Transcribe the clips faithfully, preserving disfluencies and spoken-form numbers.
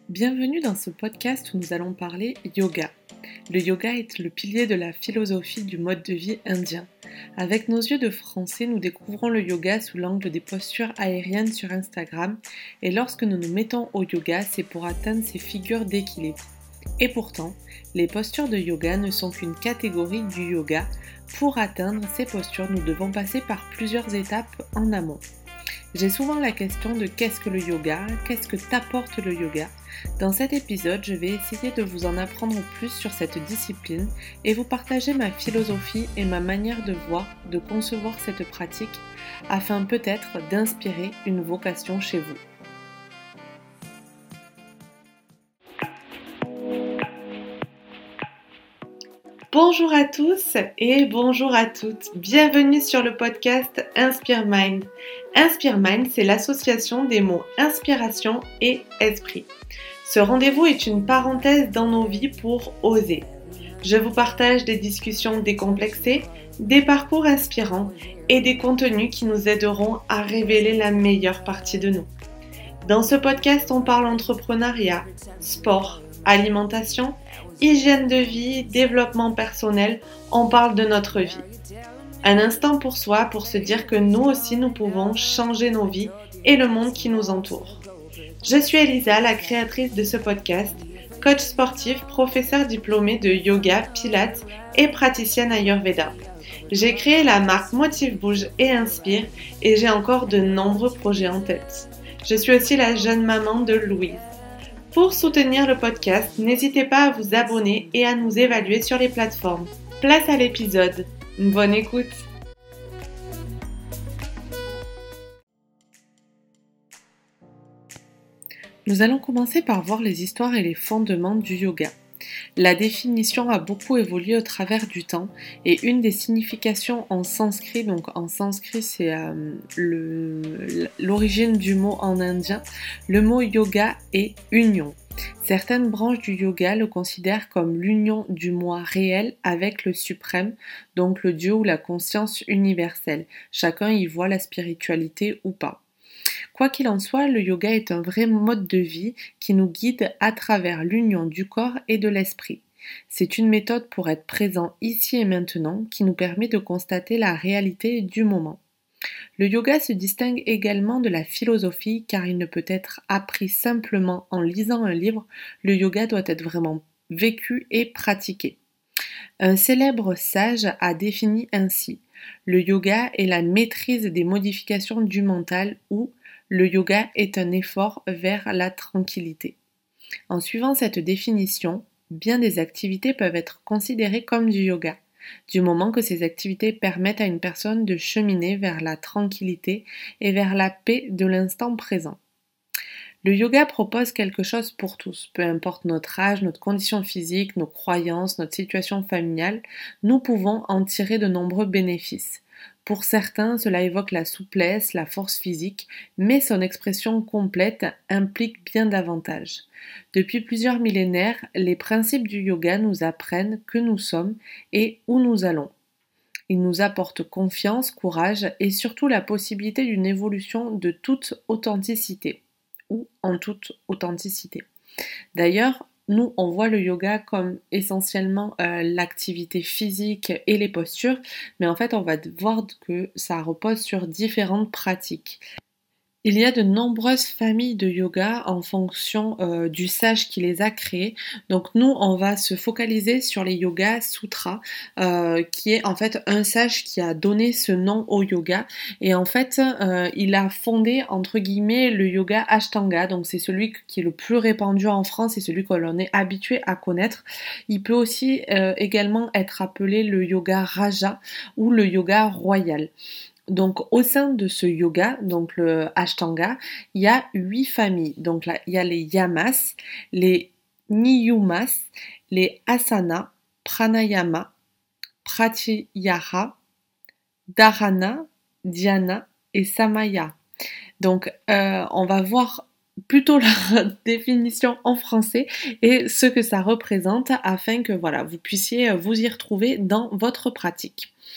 Bienvenue dans ce podcast où nous allons parler yoga. Le yoga est le pilier de la philosophie du mode de vie indien. Avec nos yeux de Français, nous découvrons le yoga sous l'angle des postures aériennes sur Instagram et lorsque nous nous mettons au yoga, c'est pour atteindre ces figures d'équilibre. Et pourtant, les postures de yoga ne sont qu'une catégorie du yoga. Pour atteindre ces postures, nous devons passer par plusieurs étapes en amont. J'ai souvent la question de qu'est-ce que le yoga, qu'est-ce que t'apporte le yoga. Dans cet épisode, je vais essayer de vous en apprendre plus sur cette discipline et vous partager ma philosophie et ma manière de voir, de concevoir cette pratique, afin peut-être d'inspirer une vocation chez vous. Bonjour à tous et bonjour à toutes. Bienvenue sur le podcast Inspire Mind. Inspire Mind, c'est l'association des mots inspiration et esprit. Ce rendez-vous est une parenthèse dans nos vies pour oser. Je vous partage des discussions décomplexées, des parcours inspirants et des contenus qui nous aideront à révéler la meilleure partie de nous. Dans ce podcast, on parle entrepreneuriat, sport, alimentation, hygiène de vie, développement personnel, on parle de notre vie. Un instant pour soi pour se dire que nous aussi nous pouvons changer nos vies et le monde qui nous entoure. Je suis Elisa, la créatrice de ce podcast, coach sportif, professeure diplômée de yoga, pilates et praticienne Ayurveda. J'ai créé la marque Motive Bouge et Inspire et j'ai encore de nombreux projets en tête. Je suis aussi la jeune maman de Louise. Pour soutenir le podcast, n'hésitez pas à vous abonner et à nous évaluer sur les plateformes. Place à l'épisode. Bonne écoute. Nous allons commencer par voir les histoires et les fondements du yoga. La définition a beaucoup évolué au travers du temps et une des significations en sanskrit, donc en sanskrit c'est euh, le, l'origine du mot en indien, le mot yoga est union. Certaines branches du yoga le considèrent comme l'union du moi réel avec le suprême, donc le Dieu ou la conscience universelle. Chacun y voit la spiritualité ou pas. Quoi qu'il en soit, le yoga est un vrai mode de vie qui nous guide à travers l'union du corps et de l'esprit. C'est une méthode pour être présent ici et maintenant qui nous permet de constater la réalité du moment. Le yoga se distingue également de la philosophie car il ne peut être appris simplement en lisant un livre, le yoga doit être vraiment vécu et pratiqué. Un célèbre sage a défini ainsi: le yoga est la maîtrise des modifications du mental ou le yoga est un effort vers la tranquillité. En suivant cette définition, bien des activités peuvent être considérées comme du yoga, du moment que ces activités permettent à une personne de cheminer vers la tranquillité et vers la paix de l'instant présent. Le yoga propose quelque chose pour tous, peu importe notre âge, notre condition physique, nos croyances, notre situation familiale, nous pouvons en tirer de nombreux bénéfices. Pour certains, cela évoque la souplesse, la force physique, mais son expression complète implique bien davantage. Depuis plusieurs millénaires, les principes du yoga nous apprennent que nous sommes et où nous allons. Ils nous apportent confiance, courage et surtout la possibilité d'une évolution de toute authenticité, ou en toute authenticité. D'ailleurs, nous, on voit le yoga comme essentiellement euh, l'activité physique et les postures, mais en fait, on va voir que ça repose sur différentes pratiques. Il y a de nombreuses familles de yoga en fonction euh, du sage qui les a créées. Donc nous, on va se focaliser sur les Yoga Sutras, euh, qui est en fait un sage qui a donné ce nom au yoga. Et en fait, euh, il a fondé, entre guillemets, le yoga Ashtanga. Donc c'est celui qui est le plus répandu en France et celui que l'on est habitué à connaître. Il peut aussi euh, également être appelé le yoga Raja ou le yoga royal. Donc au sein de ce yoga, donc le Ashtanga, il y a huit familles. Donc là, il y a les Yamas, les Niyumas, les Asana, Pranayama, Pratyahara, Dharana, Dhyana et Samaya. Donc euh, on va voir plutôt la définition en français et ce que ça représente afin que voilà, vous puissiez vous y retrouver dans votre pratique.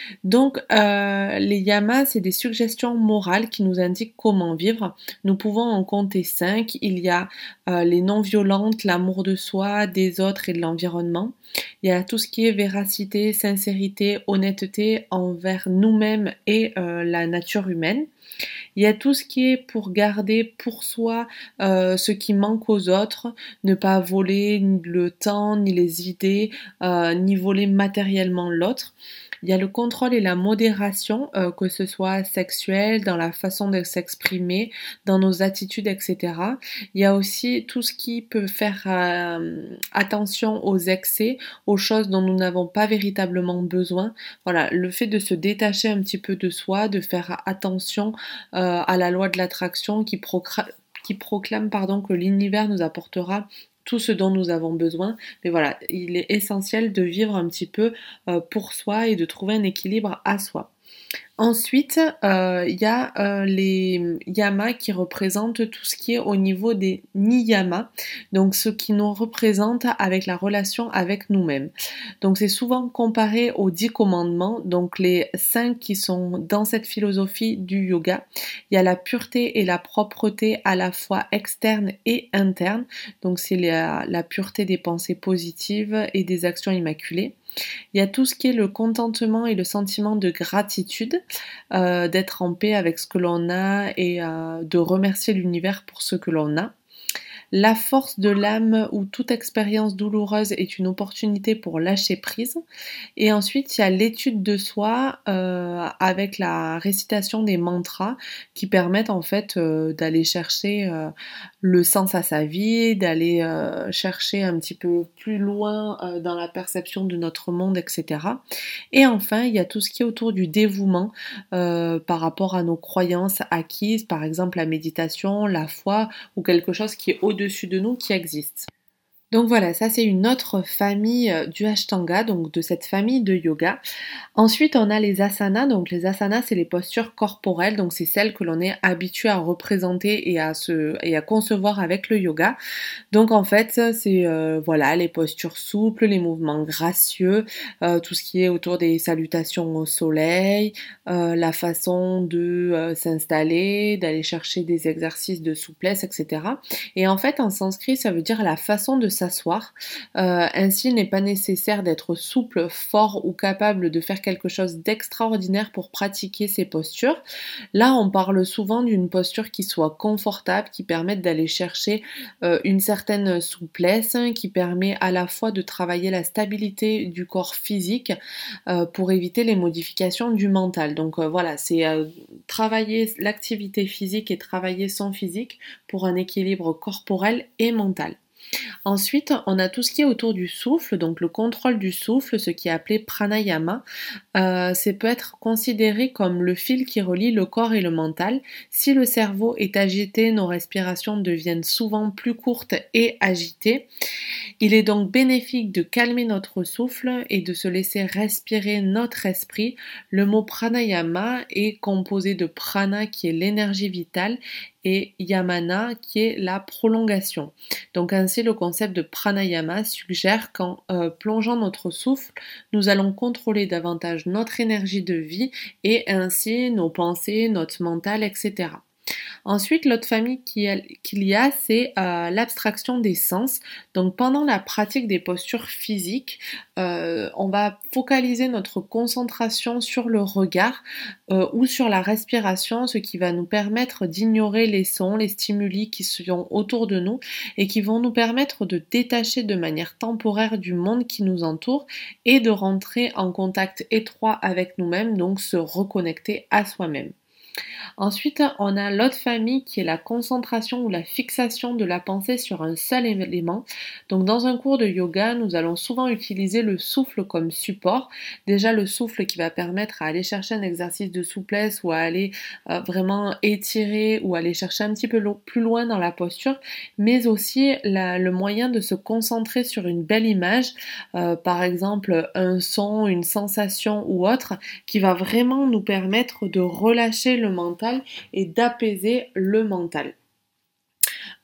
Donc, euh, les yamas, c'est des suggestions morales qui nous indiquent comment vivre. Nous pouvons en compter cinq. Il y a euh, les non-violentes, l'amour de soi, des autres et de l'environnement. Il y a tout ce qui est véracité, sincérité, honnêteté envers nous-mêmes et euh, la nature humaine. Il y a tout ce qui est pour garder pour soi euh, ce qui manque aux autres, ne pas voler ni le temps, ni les idées, euh, ni voler matériellement l'autre. Il y a le contrôle et la modération, euh, que ce soit sexuel, dans la façon de s'exprimer, dans nos attitudes, et cetera. Il y a aussi tout ce qui peut faire euh, attention aux excès, aux choses dont nous n'avons pas véritablement besoin. Voilà, le fait de se détacher un petit peu de soi, de faire attention euh, à la loi de l'attraction qui, procra- qui proclame pardon, que l'univers nous apportera tout ce dont nous avons besoin. Mais voilà, il est essentiel de vivre un petit peu euh, pour soi et de trouver un équilibre à soi. Ensuite, euh, il y a euh, les yamas qui représentent tout ce qui est au niveau des niyamas, donc ce qui nous représente avec la relation avec nous-mêmes. Donc c'est souvent comparé aux dix commandements, donc les cinq qui sont dans cette philosophie du yoga. Il y a la pureté et la propreté à la fois externe et interne, donc c'est la, la pureté des pensées positives et des actions immaculées. Il y a tout ce qui est le contentement et le sentiment de gratitude, euh, d'être en paix avec ce que l'on a et euh, de remercier l'univers pour ce que l'on a. La force de l'âme où toute expérience douloureuse est une opportunité pour lâcher prise. Et ensuite, il y a l'étude de soi euh, avec la récitation des mantras qui permettent en fait euh, d'aller chercher euh, le sens à sa vie, d'aller euh, chercher un petit peu plus loin euh, dans la perception de notre monde, et cetera. Et enfin, il y a tout ce qui est autour du dévouement euh, par rapport à nos croyances acquises, par exemple la méditation, la foi ou quelque chose qui est au-dessus de nous qui existe. Donc voilà, ça c'est une autre famille euh, du Ashtanga, donc de cette famille de yoga. Ensuite, on a les asanas. Donc les asanas, c'est les postures corporelles, donc c'est celles que l'on est habitué à représenter et à se et à concevoir avec le yoga. Donc en fait, c'est euh, voilà les postures souples, les mouvements gracieux, euh, tout ce qui est autour des salutations au soleil, euh, la façon de euh, s'installer, d'aller chercher des exercices de souplesse, et cetera. Et en fait, en sanskrit, ça veut dire la façon de s'asseoir. Euh, ainsi, il n'est pas nécessaire d'être souple, fort ou capable de faire quelque chose d'extraordinaire pour pratiquer ces postures. Là, on parle souvent d'une posture qui soit confortable, qui permette d'aller chercher euh, une certaine souplesse, qui permet à la fois de travailler la stabilité du corps physique euh, pour éviter les modifications du mental. Donc euh, voilà, c'est euh, travailler l'activité physique et travailler son physique pour un équilibre corporel et mental. Ensuite, on a tout ce qui est autour du souffle, donc le contrôle du souffle, ce qui est appelé pranayama. Euh, c'est peut être considéré comme le fil qui relie le corps et le mental. Si le cerveau est agité, nos respirations deviennent souvent plus courtes et agitées. Il est donc bénéfique de calmer notre souffle et de se laisser respirer notre esprit. Le mot pranayama est composé de prana qui est l'énergie vitale et yamana qui est la prolongation. Donc ainsi le concept de pranayama suggère qu'en euh, plongeant notre souffle, nous allons contrôler davantage notre énergie de vie et ainsi nos pensées, notre mental, et cetera. Ensuite, l'autre famille qu'il y a, c'est euh, l'abstraction des sens. Donc pendant la pratique des postures physiques, euh, on va focaliser notre concentration sur le regard euh, ou sur la respiration, ce qui va nous permettre d'ignorer les sons, les stimuli qui sont autour de nous et qui vont nous permettre de détacher de manière temporaire du monde qui nous entoure et de rentrer en contact étroit avec nous-mêmes, donc se reconnecter à soi-même. Ensuite, on a l'autre famille qui est la concentration ou la fixation de la pensée sur un seul élément. Donc dans un cours de yoga, nous allons souvent utiliser le souffle comme support. Déjà le souffle qui va permettre à aller chercher un exercice de souplesse ou à aller euh, vraiment étirer ou aller chercher un petit peu lo- plus loin dans la posture, mais aussi la- le moyen de se concentrer sur une belle image, euh, par exemple un son, une sensation ou autre, qui va vraiment nous permettre de relâcher le mental et d'apaiser le mental.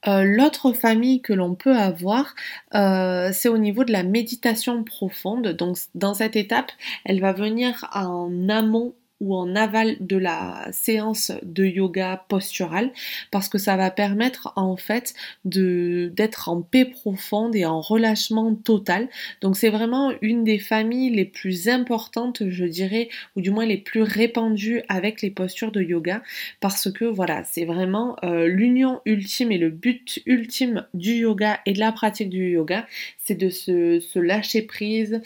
Heu, l'autre famille que l'on peut avoir, heu, c'est au niveau de la méditation profonde. Donc c dans cette étape, elle va venir en amont ou en aval de la séance de yoga postural, parce que ça va permettre en fait de d'être en paix profonde et en relâchement total. Donc c'est vraiment une des familles les plus importantes, je dirais, ou du moins les plus répandues avec les postures de yoga, parce que voilà, c'est vraiment euh, l'union ultime et le but ultime du yoga et de la pratique du yoga, c'est de se, se lâcher prise,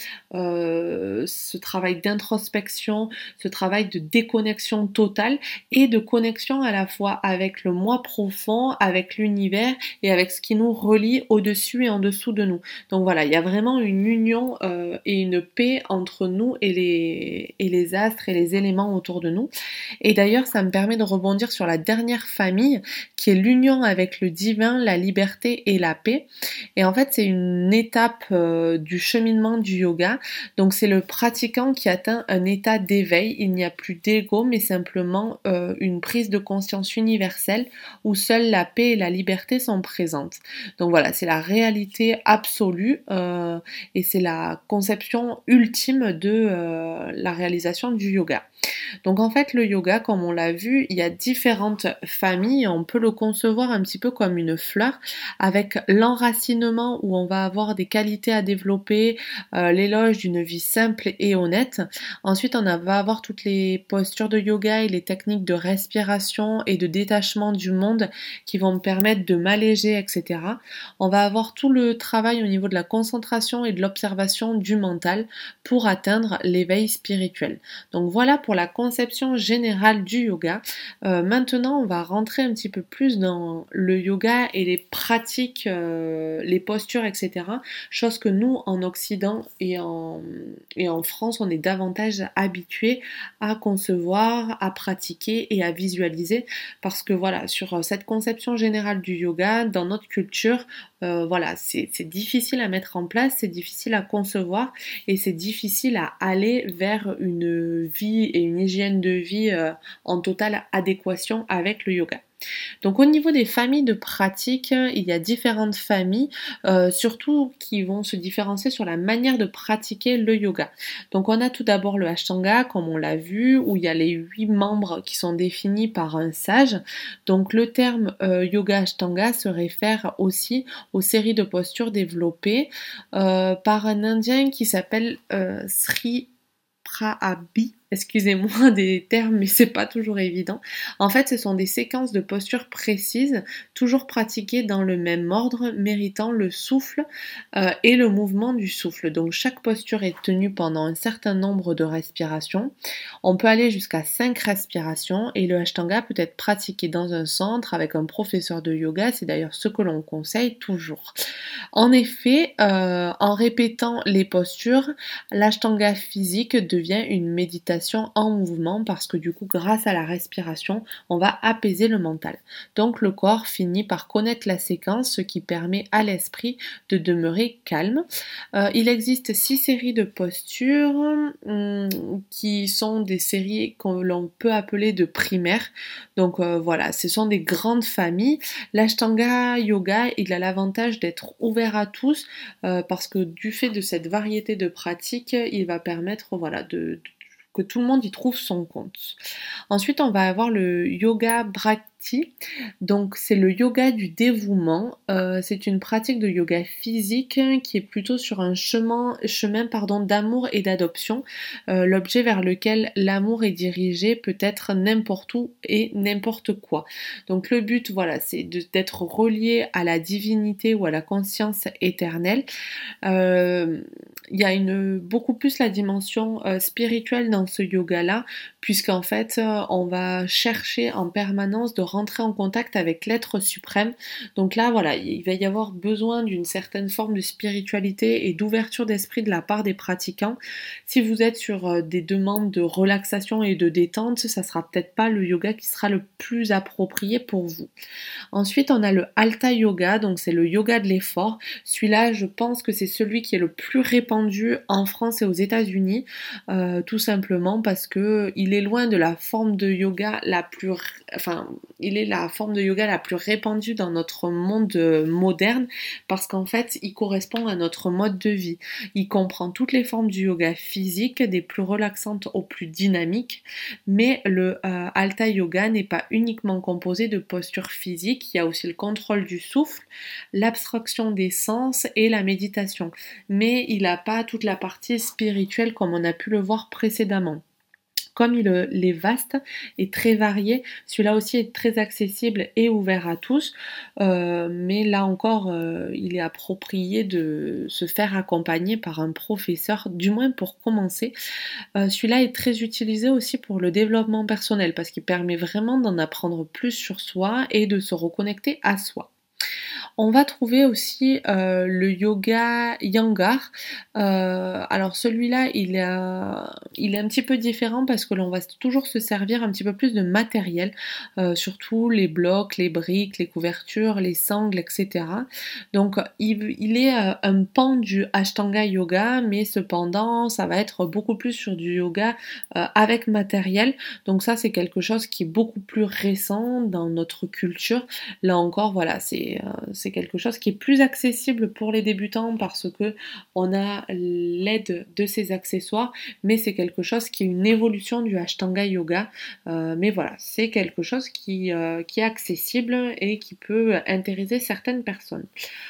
euh, ce travail d'introspection, ce travail de déconnexion totale et de connexion à la fois avec le moi profond, avec l'univers et avec ce qui nous relie au-dessus et en dessous de nous. Donc voilà, il y a vraiment une union euh, et une paix entre nous et les, et les astres et les éléments autour de nous. Et d'ailleurs, ça me permet de rebondir sur la dernière famille, qui est l'union avec le divin, la liberté et la paix. Et en fait, c'est une étape euh, du cheminement du yoga. Donc, c'est le pratiquant qui atteint un état d'éveil. Il n'y a plus d'ego, mais simplement euh, une prise de conscience universelle où seule la paix et la liberté sont présentes. Donc voilà, c'est la réalité absolue euh, et c'est la conception ultime de euh, la réalisation du yoga. Donc en fait, le yoga, comme on l'a vu, il y a différentes familles. On peut le concevoir un petit peu comme une fleur, avec l'enracinement où on va avoir des qualités à développer, euh, l'éloge d'une vie simple et honnête. Ensuite, on va avoir toutes les postures de yoga et les techniques de respiration et de détachement du monde qui vont me permettre de m'alléger, et cetera. On va avoir tout le travail au niveau de la concentration et de l'observation du mental pour atteindre l'éveil spirituel. Donc voilà pour la conception générale du yoga. Euh, maintenant, on va rentrer un petit peu plus dans le yoga et les pratiques, euh, les postures, et cetera. Chose que nous, en Occident et en, et en France, on est davantage habitués à concevoir, à pratiquer et à visualiser. Parce que voilà, sur cette conception générale du yoga, dans notre culture, euh, voilà, c'est, c'est difficile à mettre en place, c'est difficile à concevoir et c'est difficile à aller vers une vie et une hygiène de vie euh, en totale adéquation avec le yoga. Donc au niveau des familles de pratiques, il y a différentes familles, euh, surtout qui vont se différencier sur la manière de pratiquer le yoga. Donc on a tout d'abord le Ashtanga, comme on l'a vu, où il y a les huit membres qui sont définis par un sage. Donc le terme euh, yoga Ashtanga se réfère aussi aux séries de postures développées euh, par un Indien qui s'appelle euh, Sri Prahabhi. Excusez-moi des termes, mais c'est pas toujours évident. En fait, ce sont des séquences de postures précises, toujours pratiquées dans le même ordre, méritant le souffle euh, et le mouvement du souffle. Donc chaque posture est tenue pendant un certain nombre de respirations. On peut aller jusqu'à cinq respirations et le Ashtanga peut être pratiqué dans un centre avec un professeur de yoga. C'est d'ailleurs ce que l'on conseille toujours. En effet, euh, en répétant les postures, l'Ashtanga physique devient une méditation en mouvement parce que du coup, grâce à la respiration, on va apaiser le mental. Donc le corps finit par connaître la séquence, ce qui permet à l'esprit de demeurer calme. Euh, il existe six séries de postures hum, qui sont des séries que l'on peut appeler de primaires. Donc euh, voilà, ce sont des grandes familles. L'Ashtanga Yoga, il a l'avantage d'être ouvert à tous euh, parce que du fait de cette variété de pratiques, il va permettre voilà, de, de que tout le monde y trouve son compte. Ensuite, on va avoir le yoga bhakti. Donc, c'est le yoga du dévouement. Euh, c'est une pratique de yoga physique qui est plutôt sur un chemin, chemin pardon, d'amour et d'adoption. Euh, l'objet vers lequel l'amour est dirigé peut être n'importe où et n'importe quoi. Donc, le but, voilà, c'est de, d'être relié à la divinité ou à la conscience éternelle. Euh, il y a une, beaucoup plus la dimension euh, spirituelle dans ce yoga-là, puisqu'en fait, euh, on va chercher en permanence de rentrer en contact avec l'être suprême. Donc là, voilà, il va y avoir besoin d'une certaine forme de spiritualité et d'ouverture d'esprit de la part des pratiquants. Si vous êtes sur euh, des demandes de relaxation et de détente, ça sera peut-être pas le yoga qui sera le plus approprié pour vous. Ensuite, on a le Hatha Yoga, donc c'est le yoga de l'effort. Celui-là, je pense que c'est celui qui est le plus répandu en France et aux États-Unis, euh, tout simplement parce que il est loin de la forme de yoga la plus, enfin, il est la forme de yoga la plus répandue dans notre monde euh, moderne parce qu'en fait, il correspond à notre mode de vie. Il comprend toutes les formes du yoga physique, des plus relaxantes aux plus dynamiques, mais le euh, Hatha Yoga n'est pas uniquement composé de postures physiques, il y a aussi le contrôle du souffle, l'abstraction des sens et la méditation. Mais il n'a pas toute la partie spirituelle comme on a pu le voir précédemment. Comme il est vaste et très varié, celui-là aussi est très accessible et ouvert à tous, euh, mais là encore, euh, il est approprié de se faire accompagner par un professeur, du moins pour commencer. Euh, celui-là est très utilisé aussi pour le développement personnel parce qu'il permet vraiment d'en apprendre plus sur soi et de se reconnecter à soi. On va trouver aussi euh, le yoga Iyengar. Euh, alors celui-là, il, a, il est un petit peu différent parce que l'on va toujours se servir un petit peu plus de matériel, euh, surtout les blocs, les briques, les couvertures, les sangles, et cetera. Donc il, il est euh, un pan du Ashtanga Yoga, mais cependant, ça va être beaucoup plus sur du yoga euh, avec matériel. Donc ça, c'est quelque chose qui est beaucoup plus récent dans notre culture. Là encore, voilà, c'est... Euh, c'est quelque chose qui est plus accessible pour les débutants parce que on a l'aide de ces accessoires, mais c'est quelque chose qui est une évolution du Ashtanga Yoga. Euh, mais voilà, c'est quelque chose qui, euh, qui est accessible et qui peut intéresser certaines personnes.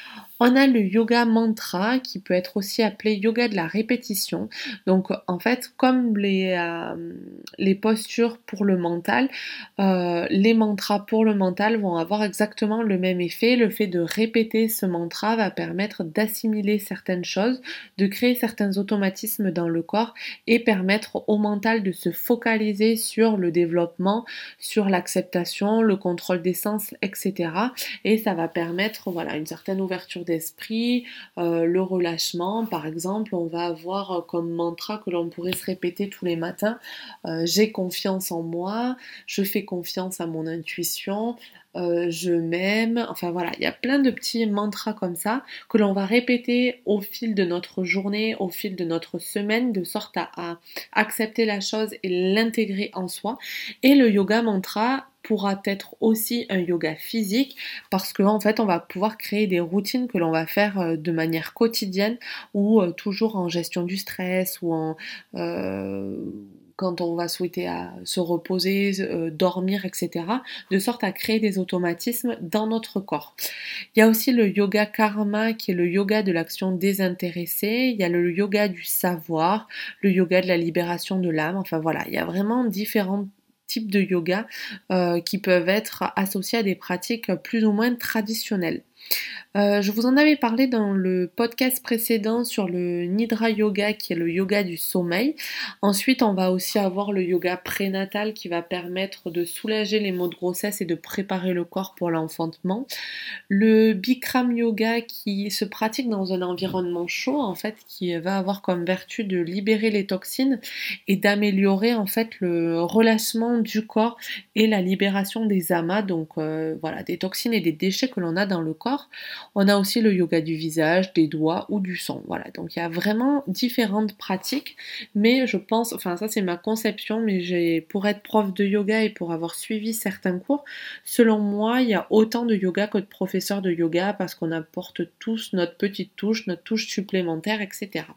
On a le yoga mantra qui peut être aussi appelé yoga de la répétition. Donc en fait, comme les, euh, les postures pour le mental, euh, les mantras pour le mental vont avoir exactement le même effet. Le fait de répéter ce mantra va permettre d'assimiler certaines choses, de créer certains automatismes dans le corps et permettre au mental de se focaliser sur le développement, sur l'acceptation, le contrôle des sens, et cetera. Et ça va permettre voilà, une certaine ouverture d'esprit, euh, le relâchement. Par exemple, on va avoir comme mantra que l'on pourrait se répéter tous les matins, euh, j'ai confiance en moi, je fais confiance à mon intuition, euh, je m'aime. Enfin voilà, il y a plein de petits mantras comme ça que l'on va répéter au fil de notre journée, au fil de notre semaine, de sorte à, à accepter la chose et l'intégrer en soi. Et le yoga mantra pourra être aussi un yoga physique parce que en fait on va pouvoir créer des routines que l'on va faire de manière quotidienne ou euh, toujours en gestion du stress ou en euh, quand on va souhaiter à se reposer, euh, dormir, et cetera, de sorte à créer des automatismes dans notre corps. Il y a aussi le yoga karma qui est le yoga de l'action désintéressée, il y a le yoga du savoir, le yoga de la libération de l'âme, enfin voilà, il y a vraiment différents types de yoga euh, qui peuvent être associés à des pratiques plus ou moins traditionnelles. Euh, je vous en avais parlé dans le podcast précédent sur le Nidra Yoga qui est le yoga du sommeil. Ensuite, on va aussi avoir le yoga prénatal qui va permettre de soulager les maux de grossesse et de préparer le corps pour l'enfantement. Le Bikram Yoga qui se pratique dans un environnement chaud en fait, qui va avoir comme vertu de libérer les toxines et d'améliorer en fait le relâchement du corps et la libération des amas, donc euh, voilà, des toxines et des déchets que l'on a dans le corps. On a aussi le yoga du visage, des doigts ou du son. Voilà, donc il y a vraiment différentes pratiques, mais je pense, enfin ça c'est ma conception, mais j'ai, pour être prof de yoga et pour avoir suivi certains cours, selon moi, il y a autant de yoga que de professeurs de yoga parce qu'on apporte tous notre petite touche, notre touche supplémentaire, et cetera.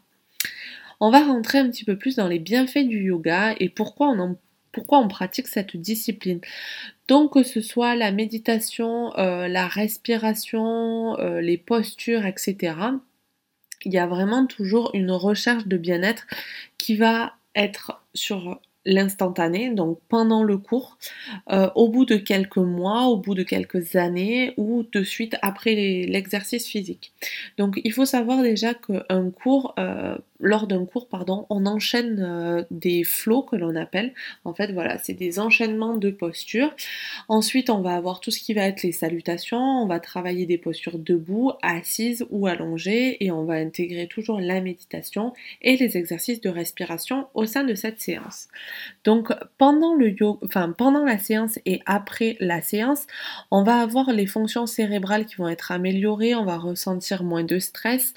On va rentrer un petit peu plus dans les bienfaits du yoga et pourquoi on en pourquoi on pratique cette discipline. Donc que ce soit la méditation, euh, la respiration, euh, les postures, et cetera, il y a vraiment toujours une recherche de bien-être qui va être sur l'instantané, donc pendant le cours, euh, au bout de quelques mois, au bout de quelques années ou de suite après les, l'exercice physique. Donc il faut savoir déjà qu'un cours, euh, lors d'un cours, pardon, on enchaîne euh, des flows que l'on appelle. En fait, voilà, c'est des enchaînements de postures. Ensuite, on va avoir tout ce qui va être les salutations, on va travailler des postures debout, assises ou allongées et on va intégrer toujours la méditation et les exercices de respiration au sein de cette séance. Donc pendant le yo enfin pendant la séance et après la séance, on va avoir les fonctions cérébrales qui vont être améliorées, on va ressentir moins de stress,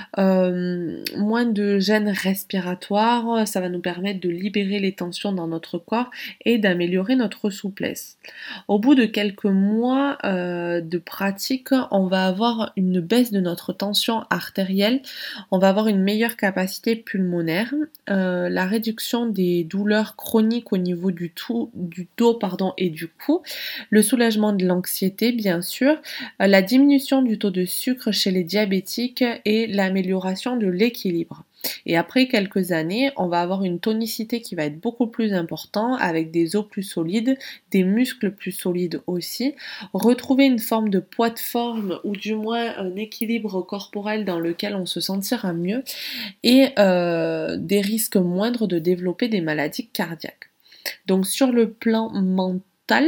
hem, moins de gêne respiratoire, ça va nous permettre de libérer les tensions dans notre corps et d'améliorer notre souplesse. Au bout de quelques mois, heu, de pratique, on va avoir une baisse de notre tension artérielle, on va avoir une meilleure capacité pulmonaire, heu, la réduction des douleurs chroniques au niveau du tout du dos pardon et du cou, le soulagement de l'anxiété bien sûr, heu, la diminution du taux de sucre chez les diabétiques et l'amélioration de l'équilibre. Et après quelques années, on va avoir une tonicité qui va être beaucoup plus important avec des os plus solides, des muscles plus solides aussi, retrouver une forme de poids de forme ou du moins un équilibre corporel dans lequel on se sentira mieux et heu, des risques moindres de développer des maladies cardiaques. Donc sur le plan mental,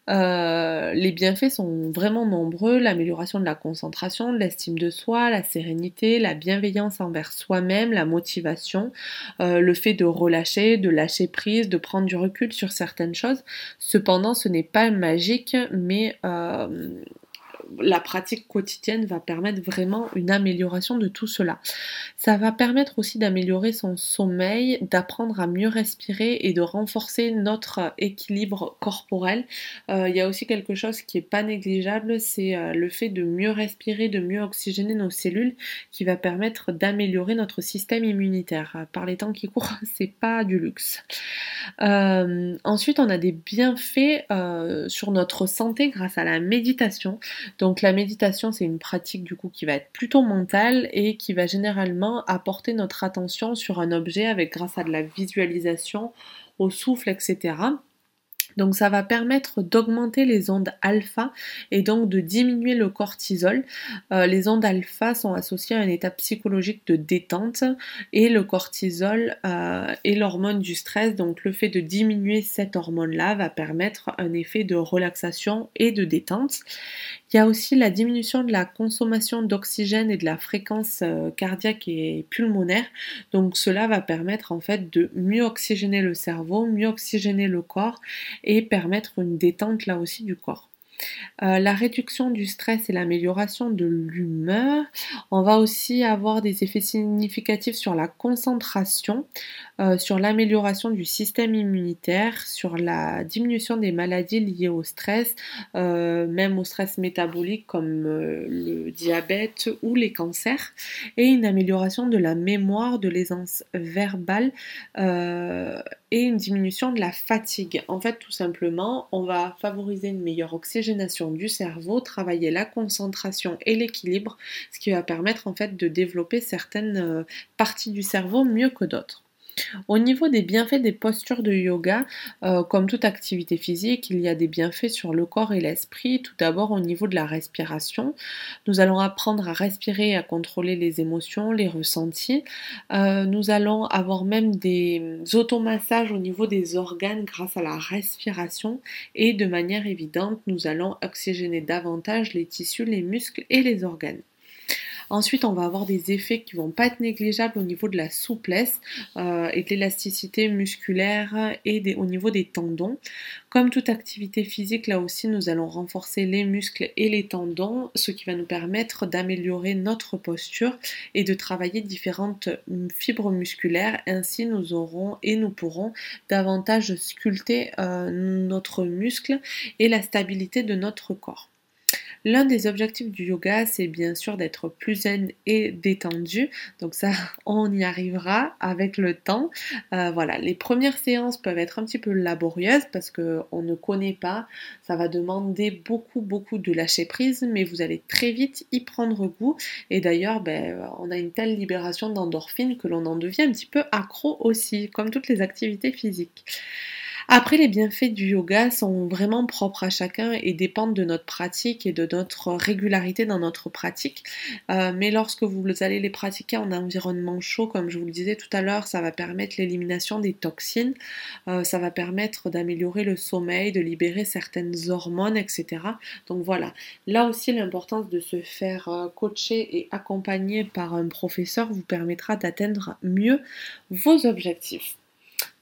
heu, les bienfaits sont vraiment nombreux, l'amélioration de la concentration, de l'estime de soi, la sérénité, la bienveillance envers soi-même, la motivation, heu, le fait de relâcher, de lâcher prise, de prendre du recul sur certaines choses. Cependant, ce n'est pas magique, mais hem la pratique quotidienne va permettre vraiment une amélioration de tout cela. Ça va permettre aussi d'améliorer son sommeil, d'apprendre à mieux respirer et de renforcer notre équilibre corporel. Euh, il y a aussi quelque chose qui est pas négligeable, c'est euh, le fait de mieux respirer, de mieux oxygéner nos cellules, qui va permettre d'améliorer notre système immunitaire. Par les temps qui courent, c'est pas du luxe. Euh, ensuite, on a des bienfaits euh, sur notre santé grâce à la méditation. Donc la méditation, c'est une pratique du coup qui va être plutôt mentale et qui va généralement apporter notre attention sur un objet avec grâce à de la visualisation, au souffle, et cetera. Donc ça va permettre d'augmenter les ondes alpha et donc de diminuer le cortisol. Euh, les ondes alpha sont associées à un état psychologique de détente et le cortisol euh, est l'hormone du stress. Donc le fait de diminuer cette hormone-là va permettre un effet de relaxation et de détente. Il y a aussi la diminution de la consommation d'oxygène et de la fréquence euh, cardiaque et pulmonaire. Donc cela va permettre en fait de mieux oxygéner le cerveau, mieux oxygéner le corps et permettre une détente là aussi du corps. Euh, la réduction du stress et l'amélioration de l'humeur. On va aussi avoir des effets significatifs sur la concentration, euh, sur l'amélioration du système immunitaire, sur la diminution des maladies liées au stress, euh, même au stress métabolique comme euh, le diabète ou les cancers, et une amélioration de la mémoire, de l'aisance verbale, euh, et une diminution de la fatigue. En fait, tout simplement, on va favoriser une meilleure oxygénation du cerveau, travailler la concentration et l'équilibre, ce qui va permettre en fait de développer certaines euh, parties du cerveau mieux que d'autres. Au niveau des bienfaits des postures de yoga, euh, comme toute activité physique, il y a des bienfaits sur le corps et l'esprit. Tout d'abord au niveau de la respiration, nous allons apprendre à respirer et à contrôler les émotions, les ressentis. Euh, nous allons avoir même des automassages au niveau des organes grâce à la respiration et de manière évidente, nous allons oxygéner davantage les tissus, les muscles et les organes. Ensuite, on va avoir des effets qui vont pas être négligeables au niveau de la souplesse euh, et de l'élasticité musculaire et des, au niveau des tendons. Comme toute activité physique, là aussi, nous allons renforcer les muscles et les tendons, ce qui va nous permettre d'améliorer notre posture et de travailler différentes fibres musculaires. Ainsi, nous aurons et nous pourrons davantage sculpter euh, notre muscle et la stabilité de notre corps. L'un des objectifs du yoga, c'est bien sûr d'être plus zen et détendu. Donc ça, on y arrivera avec le temps. Euh, voilà, les premières séances peuvent être un petit peu laborieuses parce qu'on ne connaît pas. Ça va demander beaucoup, beaucoup de lâcher prise, mais vous allez très vite y prendre goût. Et d'ailleurs, ben, on a une telle libération d'endorphines que l'on en devient un petit peu accro aussi, comme toutes les activités physiques. Après, les bienfaits du yoga sont vraiment propres à chacun et dépendent de notre pratique et de notre régularité dans notre pratique. Euh, mais lorsque vous allez les pratiquer en environnement chaud, comme je vous le disais tout à l'heure, ça va permettre l'élimination des toxines, euh, ça va permettre d'améliorer le sommeil, de libérer certaines hormones, et cetera. Donc voilà, là aussi l'importance de se faire euh, coacher et accompagner par un professeur vous permettra d'atteindre mieux vos objectifs.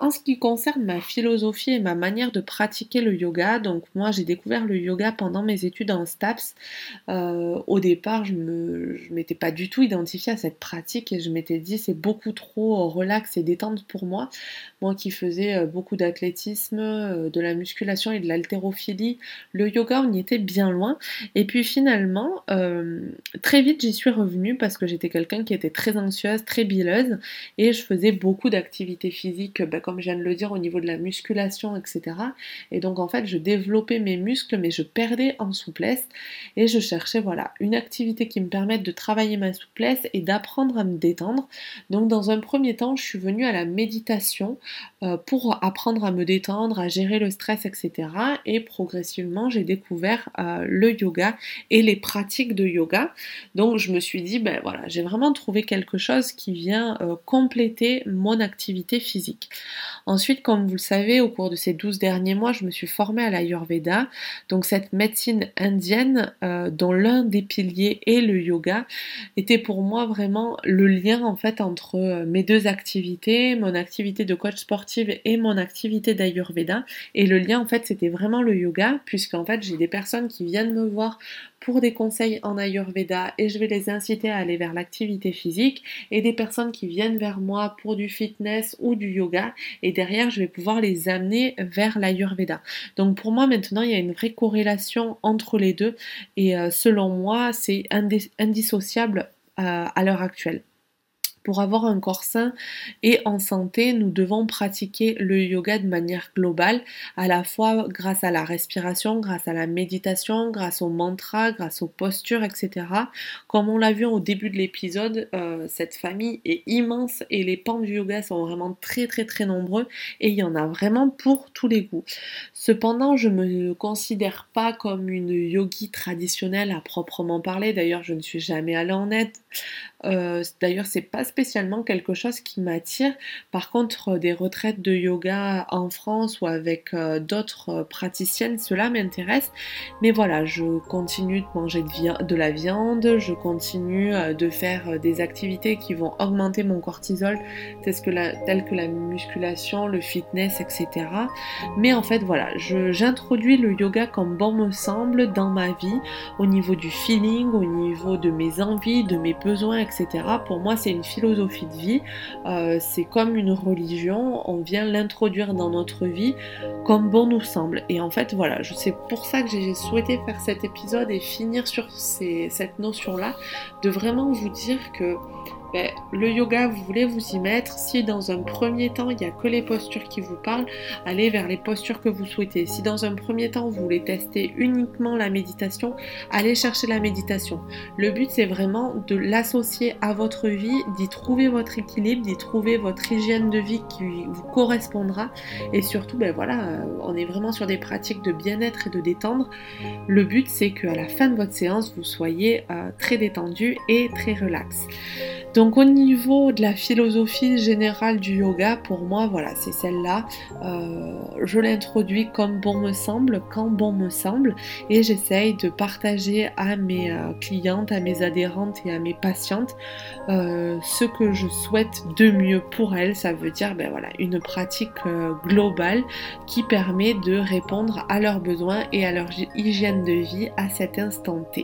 En ce qui concerne ma philosophie et ma manière de pratiquer le yoga, donc moi j'ai découvert le yoga pendant mes études en STAPS. Euh, au départ, je me, je m'étais pas du tout identifiée à cette pratique et je m'étais dit c'est beaucoup trop relax et détente pour moi. Moi qui faisais euh, beaucoup d'athlétisme, euh, de la musculation et de l'haltérophilie, le yoga on y était bien loin. Et puis finalement, euh, très vite j'y suis revenue parce que j'étais quelqu'un qui était très anxieuse, très bileuse et je faisais beaucoup d'activités physiques, ben, comme je viens de le dire, au niveau de la musculation, et cetera. Et donc en fait, je développais mes muscles, mais je perdais en souplesse. Et je cherchais voilà, une activité qui me permette de travailler ma souplesse et d'apprendre à me détendre. Donc dans un premier temps, je suis venue à la méditation euh, pour apprendre à me détendre, à gérer le stress, et cetera. Et progressivement, j'ai découvert euh, le yoga et les pratiques de yoga. Donc je me suis dit, ben voilà, j'ai vraiment trouvé quelque chose qui vient euh, compléter mon activité physique. Ensuite, comme vous le savez, au cours de ces douze derniers mois, je me suis formée à l'Ayurveda, donc cette médecine indienne euh, dont l'un des piliers est le yoga, était pour moi vraiment le lien en fait entre euh, mes deux activités, mon activité de coach sportive et mon activité d'Ayurveda. Et le lien en fait c'était vraiment le yoga, puisqu'en fait j'ai des personnes qui viennent me voir pour des conseils en Ayurveda et je vais les inciter à aller vers l'activité physique, et des personnes qui viennent vers moi pour du fitness ou du yoga, et derrière je vais pouvoir les amener vers l'Ayurveda. Donc pour moi maintenant il y a une vraie corrélation entre les deux et euh, selon moi c'est indis- indissociable euh, à l'heure actuelle. Pour avoir un corps sain et en santé, nous devons pratiquer le yoga de manière globale, à la fois grâce à la respiration, grâce à la méditation, grâce au mantra, grâce aux postures, et cetera. Comme on l'a vu au début de l'épisode, euh, cette famille est immense et les pans du yoga sont vraiment très très très nombreux et il y en a vraiment pour tous les goûts. Cependant, je ne me considère pas comme une yogi traditionnelle à proprement parler. D'ailleurs, je ne suis jamais allée en aide. Euh, d'ailleurs, c'est pas spécialement quelque chose qui m'attire. Par contre, des retraites de yoga en France ou avec euh, d'autres euh, praticiennes, cela m'intéresse. Mais voilà, je continue de manger de, vi- de la viande, je continue euh, de faire euh, des activités qui vont augmenter mon cortisol, telles que la, telles que la musculation, le fitness, et cetera. Mais en fait, voilà, je, j'introduis le yoga comme bon me semble dans ma vie, au niveau du feeling, au niveau de mes envies, de mes besoins, et cetera. Pour moi, c'est une philosophie de vie, euh, c'est comme une religion, on vient l'introduire dans notre vie comme bon nous semble. Et en fait, voilà, c'est pour ça que j'ai souhaité faire cet épisode et finir sur ces, cette notion-là, de vraiment vous dire que ben, le yoga, vous voulez vous y mettre. Si dans un premier temps, il n'y a que les postures qui vous parlent, allez vers les postures que vous souhaitez. Si dans un premier temps, vous voulez tester uniquement la méditation, allez chercher la méditation. Le but, c'est vraiment de l'associer à votre vie, d'y trouver votre équilibre, d'y trouver votre hygiène de vie qui vous correspondra. Et surtout, ben voilà, on est vraiment sur des pratiques de bien-être et de détendre. Le but, c'est qu'à la fin de votre séance, vous soyez euh, très détendu et très relax. Donc au niveau de la philosophie générale du yoga, pour moi, voilà, c'est celle-là. Euh, je l'introduis comme bon me semble, quand bon me semble, et j'essaye de partager à mes euh, clientes, à mes adhérentes et à mes patientes euh, ce que je souhaite de mieux pour elles. Ça veut dire, ben voilà, une pratique euh, globale qui permet de répondre à leurs besoins et à leur hygiène de vie à cet instant T.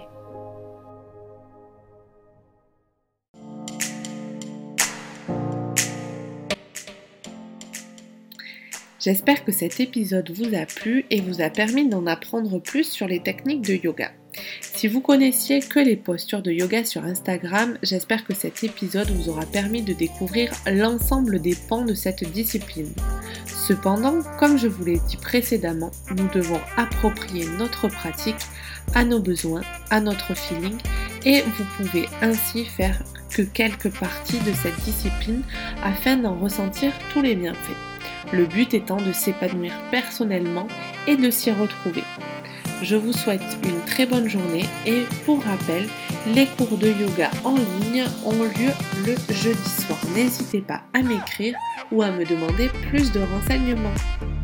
J'espère que cet épisode vous a plu et vous a permis d'en apprendre plus sur les techniques de yoga. Si vous connaissiez que les postures de yoga sur Instagram, j'espère que cet épisode vous aura permis de découvrir l'ensemble des pans de cette discipline. Cependant, comme je vous l'ai dit précédemment, nous devons approprier notre pratique à nos besoins, à notre feeling, et vous pouvez ainsi faire que quelques parties de cette discipline afin d'en ressentir tous les bienfaits. Le but étant de s'épanouir personnellement et de s'y retrouver. Je vous souhaite une très bonne journée et pour rappel, les cours de yoga en ligne ont lieu le jeudi soir. N'hésitez pas à m'écrire ou à me demander plus de renseignements.